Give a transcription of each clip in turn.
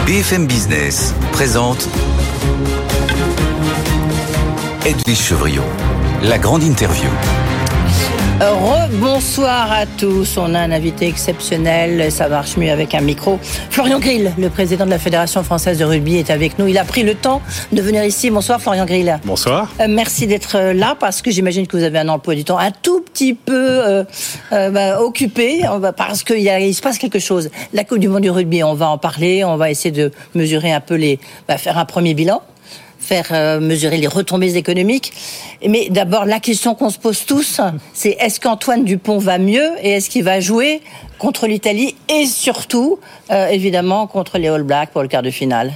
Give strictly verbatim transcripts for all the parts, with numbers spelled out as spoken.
B F M Business présente Edwige Chevrillon, la grande interview. Rebonsoir à tous. On a un invité exceptionnel. Ça marche mieux avec un micro. Florian Grill, le président de la Fédération française de rugby, est avec nous. Il a pris le temps de venir ici. Bonsoir Florian Grill. Bonsoir. Euh, merci d'être là parce que j'imagine que vous avez un emploi du temps un tout petit peu euh, euh, bah, occupé parce qu'il y a, il se passe quelque chose. La Coupe du Monde du rugby, on va en parler. On va essayer de mesurer un peu les, bah, faire un premier bilan. faire euh, mesurer les retombées économiques. Mais d'abord, la question qu'on se pose tous, c'est est-ce qu'Antoine Dupont va mieux et est-ce qu'il va jouer contre l'Italie et surtout, euh, évidemment, contre les All Blacks pour le quart de finale?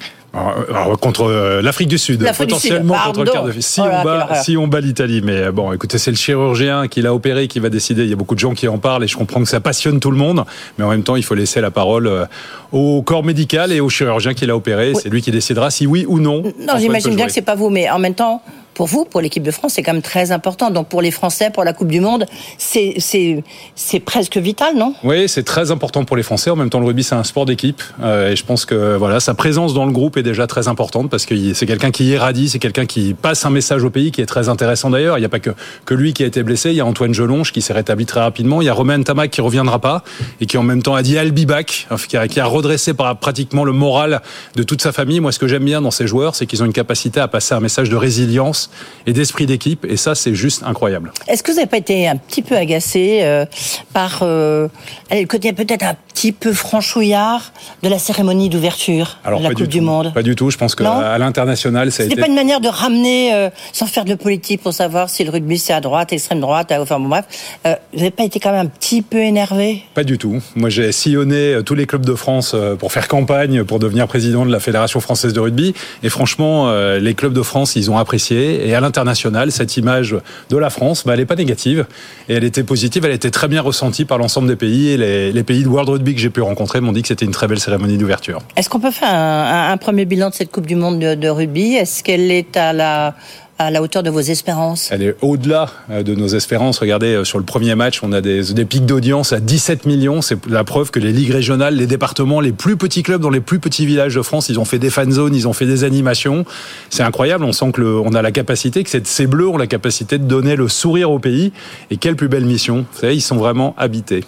Alors, contre euh, l'Afrique du Sud, L'Afrique potentiellement du Sud. contre le quart de finale. Si, oh là, on bat, si on bat l'Italie. Mais bon, écoutez, c'est le chirurgien qui l'a opéré qui va décider. Il y a beaucoup de gens qui en parlent et je comprends que ça passionne tout le monde. Mais en même temps, il faut laisser la parole au corps médical et au chirurgien qui l'a opéré. Oui. C'est lui qui décidera si oui ou non. Non, j'imagine bien que c'est pas vous, mais en même temps, pour vous, pour l'équipe de France, c'est quand même très important. Donc pour les Français, pour la Coupe du Monde, c'est, c'est, c'est presque vital, non ? Oui, c'est très important pour les Français. En même temps, le rugby, c'est un sport d'équipe. Euh, et je pense que voilà, sa présence dans le groupe est déjà très importante parce que c'est quelqu'un qui irradie, c'est quelqu'un qui passe un message au pays qui est très intéressant d'ailleurs. Il n'y a pas que, que lui qui a été blessé. Il y a Antoine Jelonge qui s'est rétabli très rapidement. Il y a Romain Ntamak qui ne reviendra pas et qui en même temps a dit I'll be back, qui a, qui a redressé par, pratiquement le moral de toute sa famille. Moi, ce que j'aime bien dans ces joueurs, c'est qu'ils ont une capacité à passer un message de résilience et d'esprit d'équipe, et ça c'est juste incroyable. Est-ce que vous n'avez pas été un petit peu agacé euh, par euh, allez, le côté peut-être un petit peu franchouillard de la cérémonie d'ouverture Alors, de la pas du Coupe du Monde? Pas du tout, je pense qu'à l'international ça a C'était été... pas une manière de ramener, euh, sans faire de politique pour savoir si le rugby c'est à droite, extrême droite, enfin bon bref, euh, vous n'avez pas été quand même un petit peu énervé? Pas du tout. Moi j'ai sillonné tous les clubs de France pour faire campagne, pour devenir président de la Fédération française de rugby, et franchement euh, les clubs de France ils ont apprécié, et à internationale, cette image de la France, bah, elle n'est pas négative et elle était positive, elle était très bien ressentie par l'ensemble des pays et les, les pays de World Rugby que j'ai pu rencontrer m'ont dit que c'était une très belle cérémonie d'ouverture. Est-ce qu'on peut faire un, un, un premier bilan de cette Coupe du Monde de, de rugby? Est-ce qu'elle est à la... à la hauteur de vos espérances? Elle est au-delà de nos espérances. Regardez, sur le premier match, on a des, des pics d'audience à dix-sept millions. C'est la preuve que les ligues régionales, les départements, les plus petits clubs dans les plus petits villages de France, ils ont fait des fan zones, ils ont fait des animations. C'est incroyable. On sent que le, on a la capacité, que ces Bleus ont la capacité de donner le sourire au pays. Et quelle plus belle mission. Vous savez, ils sont vraiment habités.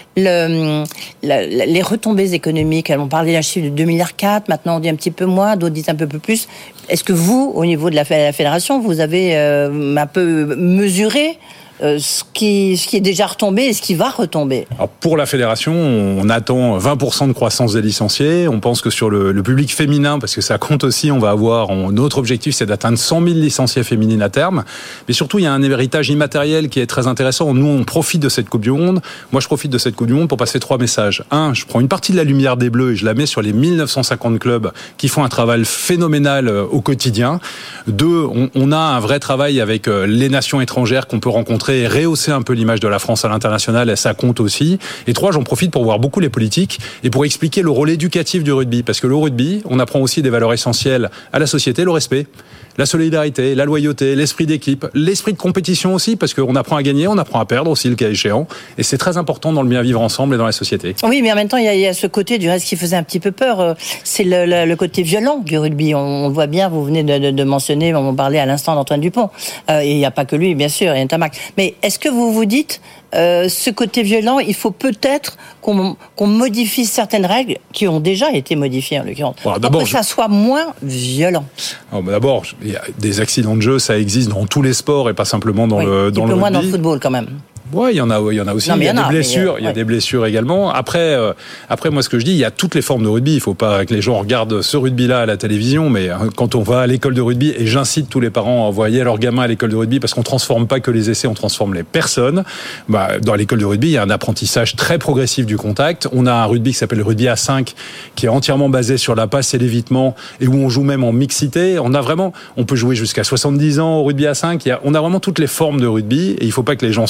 Le, la, les retombées économiques, elles m'ont parlé d'un chiffre de deux virgule quatre milliards, maintenant on dit un petit peu moins, d'autres disent un peu plus. Est-ce que vous, au niveau de la, la fédération, vous avez euh, un peu mesuré Euh, ce qui, ce qui est déjà retombé et ce qui va retomber? Alors pour la fédération, on attend vingt pour cent de croissance des licenciés. On pense que sur le, le public féminin, parce que ça compte aussi, on va avoir, on, notre objectif c'est d'atteindre cent mille licenciés féminines à terme. Mais surtout, il y a un héritage immatériel qui est très intéressant. Nous, on profite de cette Coupe du Monde. Moi, je profite de cette Coupe du Monde pour passer trois messages. Un, je prends une partie de la lumière des Bleus et je la mets sur les mille neuf cent cinquante clubs qui font un travail phénoménal au quotidien. Deux, on, on a un vrai travail avec les nations étrangères qu'on peut rencontrer et rehausser un peu l'image de la France à l'international, et ça compte aussi. Et trois, j'en profite pour voir beaucoup les politiques et pour expliquer le rôle éducatif du rugby, parce que le rugby, on apprend aussi des valeurs essentielles à la société, le respect, la solidarité, la loyauté, l'esprit d'équipe, l'esprit de compétition aussi, parce qu'on apprend à gagner, on apprend à perdre aussi le cas échéant, et c'est très important dans le bien vivre ensemble et dans la société. Oui, mais en même temps, il y a, il y a ce côté du reste qui faisait un petit peu peur, c'est le, le, le côté violent du rugby. On, on le voit bien, vous venez de, de, de mentionner, on parlait à l'instant d'Antoine Dupont, euh, et il n'y a pas que lui, bien sûr, il y a Ntamak. Mais est-ce que vous vous dites, euh, ce côté violent, il faut peut-être qu'on, qu'on modifie certaines règles qui ont déjà été modifiées en l'occurrence, bon, pour que ça soit moins violent? Alors, bah d'abord, il y a des accidents de jeu, ça existe dans tous les sports et pas simplement dans oui, le dans un peu le moins rugby. Dans le football quand même. Ouais, il y en a, il y en a aussi. Non, il y a, y en des a, blessures, mais, euh, il y a ouais. des blessures également. Après, euh, après, moi, ce que je dis, il y a toutes les formes de rugby. Il faut pas que les gens regardent ce rugby-là à la télévision, mais quand on va à l'école de rugby, et j'incite tous les parents à envoyer leurs gamins à l'école de rugby parce qu'on transforme pas que les essais, on transforme les personnes. Bah, dans l'école de rugby, il y a un apprentissage très progressif du contact. On a un rugby qui s'appelle le rugby à cinq, qui est entièrement basé sur la passe et l'évitement, et où on joue même en mixité. On a vraiment, on peut jouer jusqu'à soixante-dix ans au rugby à cinq. Il y a, on a vraiment toutes les formes de rugby, et il faut pas que les gens se disent, oh là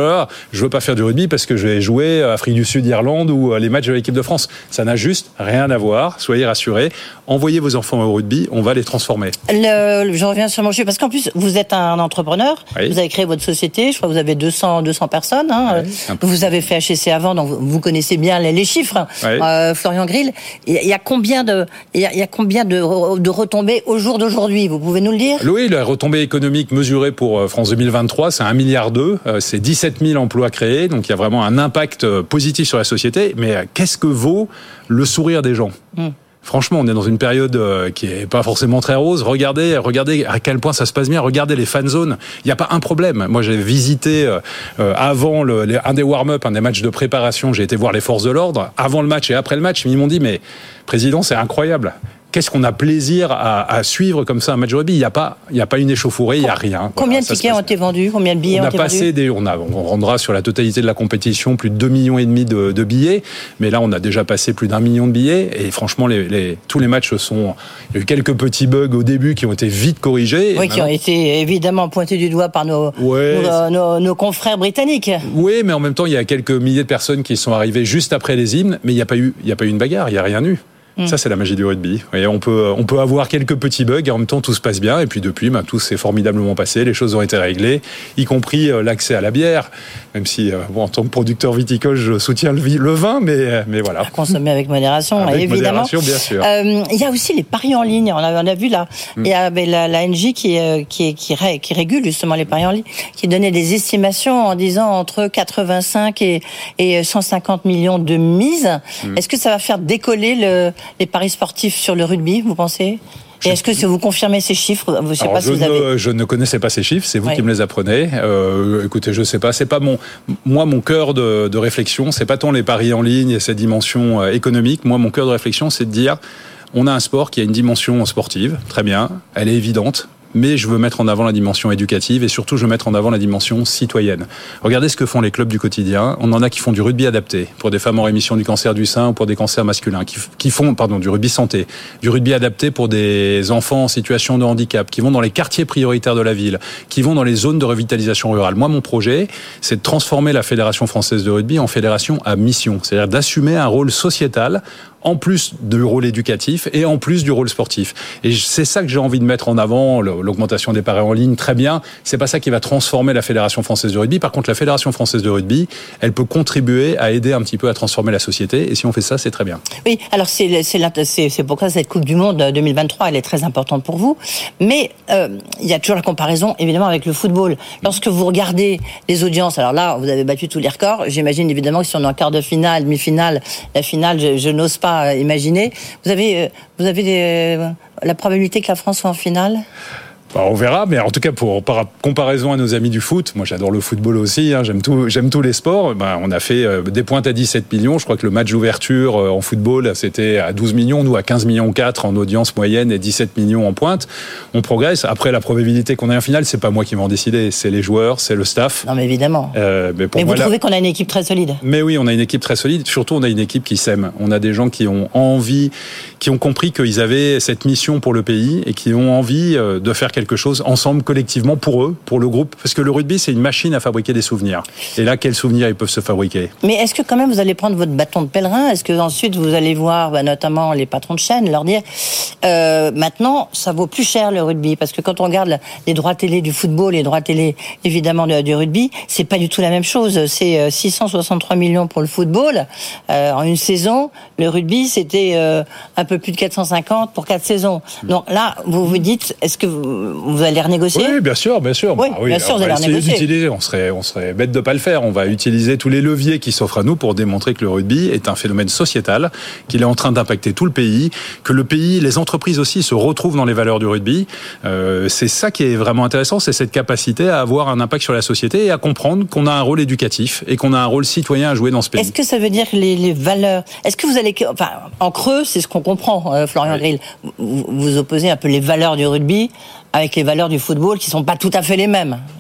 joueurs, je veux pas faire du rugby parce que je vais jouer Afrique du Sud, Irlande ou les matchs de l'équipe de France. Ça n'a juste rien à voir. Soyez rassurés. Envoyez vos enfants au rugby, on va les transformer. Le, je reviens sur mon chiffre parce qu'en plus vous êtes un entrepreneur. Oui. Vous avez créé votre société. Je crois que vous avez deux cents personnes. Hein. Oui, vous avez fait H E C avant, donc vous connaissez bien les, les chiffres. Oui. Euh, Florian Grill, il y a combien de, il y a, il y a combien de, de retombées au jour d'aujourd'hui? Vous pouvez nous le dire? Oui, la retombée économique mesurée pour France deux mille vingt-trois, c'est un milliard deux. C'est dix-sept mille emplois créés, donc il y a vraiment un impact positif sur la société. Mais qu'est-ce que vaut le sourire des gens? Mmh. Franchement, on est dans une période qui est pas forcément très rose. Regardez, regardez à quel point ça se passe bien. Regardez les fan zones. Il n'y a pas un problème. Moi, j'ai visité euh, avant le, les, un des warm-up, un des matchs de préparation. J'ai été voir les forces de l'ordre avant le match et après le match. Ils m'ont dit, mais président, c'est incroyable. Qu'est-ce qu'on a plaisir à, à suivre comme ça un match de rugby? Il n'y a pas, il n'y a pas une échauffourée, il n'y a rien. Combien voilà, de tickets ont été vendus? Combien de billets on ont a été passé vendus des, on, a, on rendra sur la totalité de la compétition plus de deux millions et demi de, de billets. Mais là, on a déjà passé plus d'un million de billets. Et franchement, les, les, tous les matchs sont. Il y a eu quelques petits bugs au début qui ont été vite corrigés. Oui, qui ont été évidemment pointés du doigt par nos, ouais, nos, nos, nos confrères britanniques. Oui, mais en même temps, il y a quelques milliers de personnes qui sont arrivées juste après les hymnes. Mais il n'y a pas eu, il n'y a pas eu une bagarre, il n'y a rien eu. Ça, c'est la magie du rugby. Et on peut, on peut avoir quelques petits bugs et en même temps, tout se passe bien. Et puis depuis, bah, tout s'est formidablement passé. Les choses ont été réglées, y compris euh, l'accès à la bière. Même si, euh, bon, en tant que producteur viticole, je soutiens le, le vin, mais, mais voilà. À consommer avec modération, avec évidemment. Modération, bien sûr. Euh, il y a aussi les paris en ligne. On a, on a vu là, mm. il y a la, la N J qui, qui, qui, ré, qui régule justement les paris en ligne, qui donnait des estimations en disant entre quatre-vingt-cinq et, et cent cinquante millions de mises. Mm. Est-ce que ça va faire décoller le les paris sportifs sur le rugby, vous pensez? Et est-ce que vous confirmez ces chiffres? Je, sais Alors, pas je, si vous avez... ne, je ne connaissais pas ces chiffres, c'est vous oui. qui me les apprenez. Euh, écoutez, je sais pas, c'est pas mon, moi mon cœur de, de réflexion, c'est pas tant les paris en ligne et cette dimension euh, économique. Moi, mon cœur de réflexion, c'est de dire, on a un sport qui a une dimension sportive, très bien, elle est évidente. Mais je veux mettre en avant la dimension éducative et surtout je veux mettre en avant la dimension citoyenne. Regardez ce que font les clubs du quotidien. On en a qui font du rugby adapté pour des femmes en rémission du cancer du sein ou pour des cancers masculins, qui, qui font pardon du rugby santé, du rugby adapté pour des enfants en situation de handicap, qui vont dans les quartiers prioritaires de la ville, qui vont dans les zones de revitalisation rurale. Moi, mon projet, c'est de transformer la Fédération française de rugby en fédération à mission, c'est-à-dire d'assumer un rôle sociétal en plus du rôle éducatif et en plus du rôle sportif. Et c'est ça que j'ai envie de mettre en avant, l'augmentation des paris en ligne, très bien. C'est pas ça qui va transformer la Fédération française de rugby. Par contre, la Fédération française de rugby, elle peut contribuer à aider un petit peu à transformer la société. Et si on fait ça, c'est très bien. Oui, alors c'est, c'est, c'est, c'est pourquoi cette Coupe du Monde deux mille vingt-trois, elle est très importante pour vous. Mais euh, il y a toujours la comparaison, évidemment, avec le football. Lorsque vous regardez les audiences, alors là, vous avez battu tous les records. J'imagine évidemment que si on est en quart de finale, demi-finale, la finale, je, je n'ose pas imaginer. Vous avez, vous avez des, la probabilité que la France soit en finale ? Bah, on verra, mais en tout cas, pour, par comparaison à nos amis du foot, moi j'adore le football aussi, hein, j'aime, tout, j'aime tous les sports, bah, on a fait euh, des pointes à dix-sept millions, je crois que le match d'ouverture euh, en football, c'était à douze millions, nous à quinze millions quatre en audience moyenne et dix-sept millions en pointe. On progresse. Après, la probabilité qu'on ait un final, c'est pas moi qui vais en décider, c'est les joueurs, c'est le staff. Non mais évidemment. Euh, mais pour mais moi, vous trouvez là... qu'on a une équipe très solide ? Mais oui, on a une équipe très solide, surtout on a une équipe qui s'aime. On a des gens qui ont envie, qui ont compris qu'ils avaient cette mission pour le pays et qui ont envie euh, de faire quelque chose ensemble, collectivement, pour eux, pour le groupe, parce que le rugby, c'est une machine à fabriquer des souvenirs. Et là, quels souvenirs ils peuvent se fabriquer ? Mais est-ce que quand même vous allez prendre votre bâton de pèlerin ? Est-ce que ensuite vous allez voir, bah, notamment les patrons de chaîne, leur dire euh, maintenant, ça vaut plus cher le rugby, parce que quand on regarde les droits télé du football, les droits télé évidemment de, du rugby, c'est pas du tout la même chose. C'est six cent soixante-trois millions pour le football euh, en une saison. Le rugby, c'était euh, un peu plus de quatre cent cinquante pour quatre saisons. Donc là, vous vous dites, est-ce que vous, vous allez renégocier ? Oui, bien sûr, bien sûr. Oui, bah, oui bien sûr, on vous va allez essayer renégocier. d'utiliser. On serait, on serait bête de pas le faire. On va utiliser tous les leviers qui s'offrent à nous pour démontrer que le rugby est un phénomène sociétal, qu'il est en train d'impacter tout le pays, que le pays, les entreprises aussi se retrouvent dans les valeurs du rugby. Euh, c'est ça qui est vraiment intéressant, c'est cette capacité à avoir un impact sur la société et à comprendre qu'on a un rôle éducatif et qu'on a un rôle citoyen à jouer dans ce pays. Est-ce que ça veut dire que les, les valeurs, est-ce que vous allez, enfin, en creux, c'est ce qu'on comprend, euh, Florian oui. Grill, vous, vous opposez un peu les valeurs du rugby avec les valeurs du football qui sont pas tout à fait les mêmes.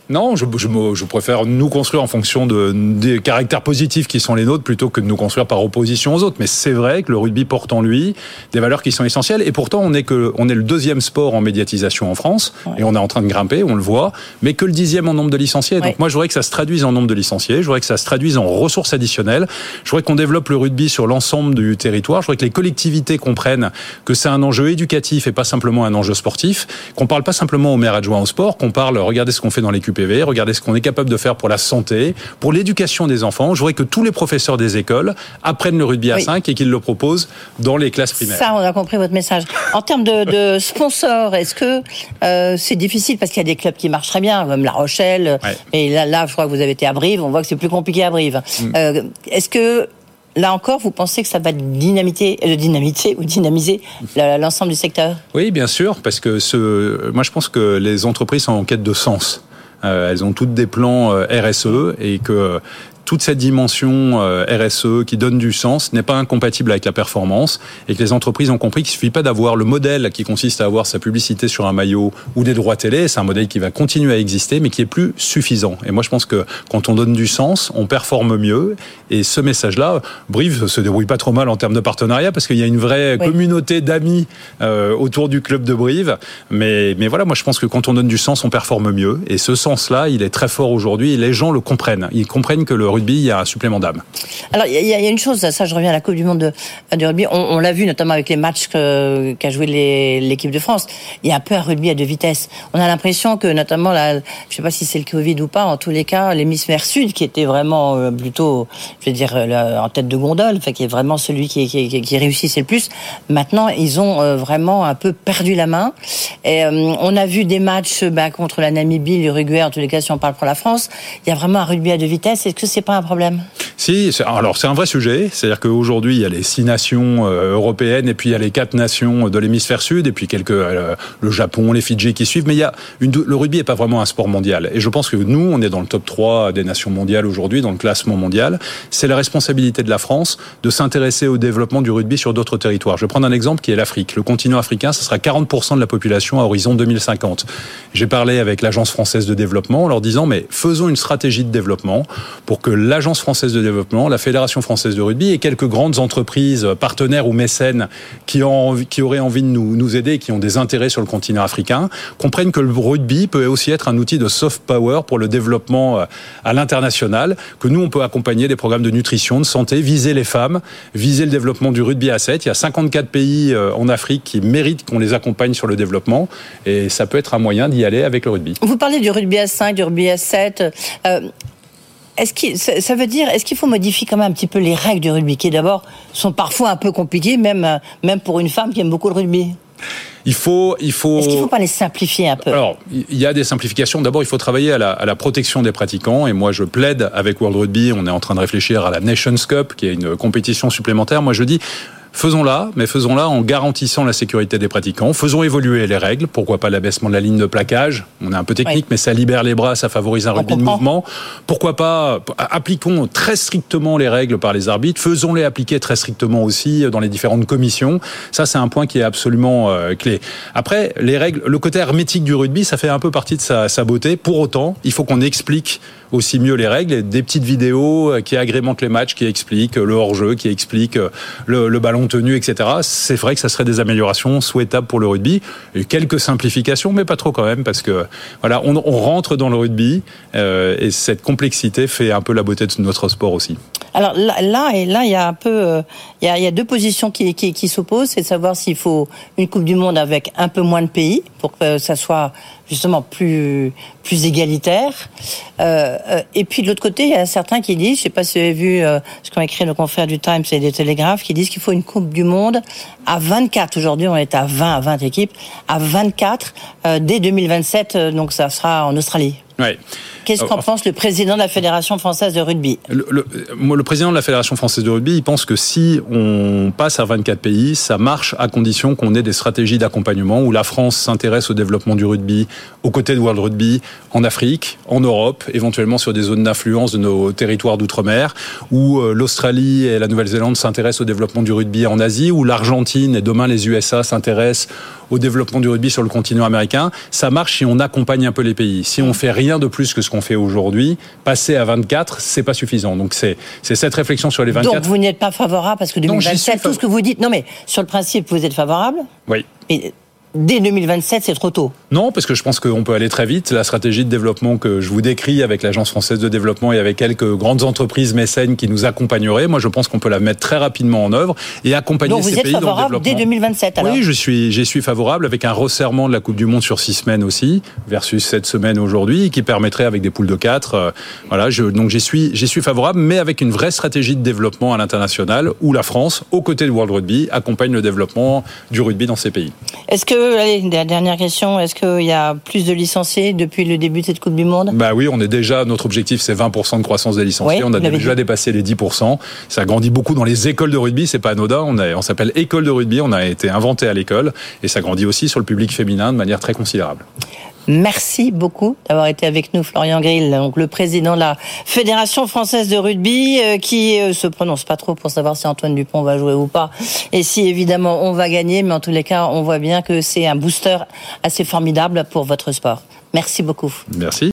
Non, je, je, je préfère nous construire en fonction de, des caractères positifs qui sont les nôtres plutôt que de nous construire par opposition aux autres. Mais c'est vrai que le rugby porte en lui des valeurs qui sont essentielles. Et pourtant, on est, que, on est le deuxième sport en médiatisation en France. Ouais. Et on est en train de grimper, on le voit. Mais que le dixième en nombre de licenciés. Ouais. Donc moi, je voudrais que ça se traduise en nombre de licenciés. Je voudrais que ça se traduise en ressources additionnelles. Je voudrais qu'on développe le rugby sur l'ensemble du territoire. Je voudrais que les collectivités comprennent que c'est un enjeu éducatif et pas simplement un enjeu sportif. Qu'on parle pas simplement au maire adjoint au sport. Qu'on parle, regardez ce qu'on fait dans les Q P V, regardez ce qu'on est capable de faire pour la santé, pour l'éducation des enfants. Je voudrais que tous les professeurs des écoles apprennent le rugby à oui. cinq et qu'ils le proposent dans les classes primaires. Ça, on a compris votre message. En termes de, de sponsors, est-ce que euh, c'est difficile parce qu'il y a des clubs qui marchent très bien, comme La Rochelle, ouais. et là, là, je crois que vous avez été à Brive, on voit que c'est plus compliqué à Brive. Mm. Euh, est-ce que là encore, vous pensez que ça va dynamiter, euh, dynamiter ou dynamiser l'ensemble du secteur ? Oui, bien sûr, parce que ce, moi je pense que les entreprises sont en quête de sens. Euh, elles ont toutes des plans euh, R S E et que toute cette dimension euh, R S E qui donne du sens n'est pas incompatible avec la performance et que les entreprises ont compris qu'il suffit pas d'avoir le modèle qui consiste à avoir sa publicité sur un maillot ou des droits télé, c'est un modèle qui va continuer à exister mais qui est plus suffisant. Et moi je pense que quand on donne du sens, on performe mieux et ce message-là, Brive se débrouille pas trop mal en termes de partenariat parce qu'il y a une vraie oui. communauté d'amis euh, autour du club de Brive, mais, mais voilà, moi je pense que quand on donne du sens, on performe mieux et ce sens-là, il est très fort aujourd'hui et les gens le comprennent. Ils comprennent que le rugby, il y a un supplément d'âme. Alors, il y, y a une chose, ça, je reviens à la Coupe du Monde de, de rugby. On, on l'a vu notamment avec les matchs que, qu'a joué les, l'équipe de France. Il y a un peu un rugby à deux vitesses. On a l'impression que, notamment, là, je ne sais pas si c'est le Covid ou pas, en tous les cas, les Miss Mer Sud, qui étaient vraiment euh, plutôt, je veux dire, euh, en tête de gondole, enfin, qui est vraiment celui qui, qui, qui réussissait le plus. Maintenant, ils ont euh, vraiment un peu perdu la main. Et euh, on a vu des matchs bah, contre la Namibie, l'Uruguay, en tous les cas, si on parle pour la France. Il y a vraiment un rugby à deux vitesses. Est-ce que c'est pas un problème ? Si, c'est, alors c'est un vrai sujet. C'est-à-dire qu'aujourd'hui, il y a les six nations euh, européennes et puis il y a les quatre nations de l'hémisphère sud et puis quelques euh, le Japon, les Fidji qui suivent. Mais il y a une, le rugby est pas vraiment un sport mondial. Et je pense que nous, on est dans le top trois des nations mondiales aujourd'hui, dans le classement mondial. C'est la responsabilité de la France de s'intéresser au développement du rugby sur d'autres territoires. Je vais prendre un exemple qui est l'Afrique. Le continent africain, ce sera quarante pour cent de la population à horizon deux mille cinquante. J'ai parlé avec l'Agence française de développement en leur disant, mais faisons une stratégie de développement pour que l'Agence française de développement, la Fédération française de rugby et quelques grandes entreprises partenaires ou mécènes qui, ont, qui auraient envie de nous, nous aider, qui ont des intérêts sur le continent africain, comprennent que le rugby peut aussi être un outil de soft power pour le développement à l'international, que nous, on peut accompagner des programmes de nutrition, de santé, viser les femmes, viser le développement du rugby à sept. Il y a cinquante-quatre pays en Afrique qui méritent qu'on les accompagne sur le développement et ça peut être un moyen d'y aller avec le rugby. Vous parlez du rugby à cinq, du rugby à sept. Euh... Est-ce qu'il, ça veut dire, est-ce qu'il faut modifier quand même un petit peu les règles du rugby, qui d'abord sont parfois un peu compliquées, même, même pour une femme qui aime beaucoup le rugby ? Il faut, il faut. Est-ce qu'il ne faut pas les simplifier un peu ? Alors, il y a des simplifications. D'abord, il faut travailler à la, à la protection des pratiquants. Et moi, je plaide avec World Rugby. On est en train de réfléchir à la Nations Cup, qui est une compétition supplémentaire. Moi, je dis. Faisons-la, mais faisons-la en garantissant la sécurité des pratiquants. Faisons évoluer les règles. Pourquoi pas l'abaissement de la ligne de plaquage ? On est un peu technique, oui. mais ça libère les bras, ça favorise un rugby de mouvement. Pourquoi pas appliquons très strictement les règles par les arbitres. Faisons-les appliquer très strictement aussi dans les différentes commissions. Ça, c'est un point qui est absolument euh, clé. Après, les règles, le côté hermétique du rugby, ça fait un peu partie de sa, sa beauté. Pour autant, il faut qu'on explique aussi mieux les règles. Des petites vidéos qui agrémentent les matchs, qui expliquent le hors-jeu, qui expliquent le, le ballon tenu, et cetera. C'est vrai que ça serait des améliorations souhaitables pour le rugby. Et quelques simplifications, mais pas trop quand même, parce que voilà, on, on rentre dans le rugby euh, et cette complexité fait un peu la beauté de notre sport aussi. Alors là, là et là, il y a un peu, euh, il y a, il y a deux positions qui, qui, qui s'opposent, c'est de savoir s'il faut une Coupe du Monde avec un peu moins de pays pour que ça soit justement plus plus égalitaire. Euh, et puis de l'autre côté, il y a certains qui disent, je ne sais pas si vous avez vu euh, ce qu'ont écrit nos confrères du Times et des Télégraphes, qui disent qu'il faut une Coupe du Monde à vingt-quatre. Aujourd'hui, on est à vingt, à vingt équipes, à vingt-quatre euh, dès deux mille vingt-sept. Euh, donc ça sera en Australie. Ouais. Qu'est-ce qu'en pense le président de la Fédération française de rugby ? le, le, le président de la Fédération française de rugby, il pense que si on passe à vingt-quatre pays, ça marche à condition qu'on ait des stratégies d'accompagnement où la France s'intéresse au développement du rugby aux côtés de World Rugby en Afrique, en Europe, éventuellement sur des zones d'influence de nos territoires d'outre-mer, où l'Australie et la Nouvelle-Zélande s'intéressent au développement du rugby en Asie, où l'Argentine et demain les U S A s'intéressent au développement du rugby sur le continent américain. Ça marche si on accompagne un peu les pays. Si on fait rien de plus que ce qu'on fait aujourd'hui, passer à vingt-quatre, c'est pas suffisant. Donc c'est, c'est cette réflexion sur les vingt-quatre. Donc vous n'êtes pas favorable parce que deux mille vingt-sept, non, tout ce que vous dites. Non mais sur le principe, vous êtes favorable. Oui. Et dès deux mille vingt-sept, c'est trop tôt. Non, parce que je pense qu'on peut aller très vite. La stratégie de développement que je vous décris avec l'Agence française de développement et avec quelques grandes entreprises mécènes qui nous accompagneraient, moi je pense qu'on peut la mettre très rapidement en œuvre et accompagner Donc ces pays dans le développement. Donc vous êtes favorable dès deux mille vingt-sept alors ? Oui, je suis, j'y suis favorable avec un resserrement de la Coupe du Monde sur six semaines aussi, versus sept semaines aujourd'hui, qui permettrait avec des poules de quatre. Euh, voilà, je, donc j'y suis, j'y suis favorable, mais avec une vraie stratégie de développement à l'international où la France, aux côtés de World Rugby, accompagne le développement du rugby dans ces pays. Est-ce que, allez, dernière question, est-ce qu'il y a plus de licenciés depuis le début de cette Coupe du Monde ? Bah oui, on est déjà, notre objectif c'est vingt pour cent de croissance des licenciés, oui, on a déjà dit. dépassé les dix pour cent. Ça grandit beaucoup dans les écoles de rugby, c'est pas anodin, on, a, on s'appelle école de rugby, on a été inventé à l'école et ça grandit aussi sur le public féminin de manière très considérable. Merci beaucoup d'avoir été avec nous, Florian Grill, donc le président de la Fédération française de rugby, euh, qui euh, se prononce pas trop pour savoir si Antoine Dupont va jouer ou pas, et si évidemment on va gagner, mais en tous les cas, on voit bien que c'est un booster assez formidable pour votre sport. Merci beaucoup. Merci.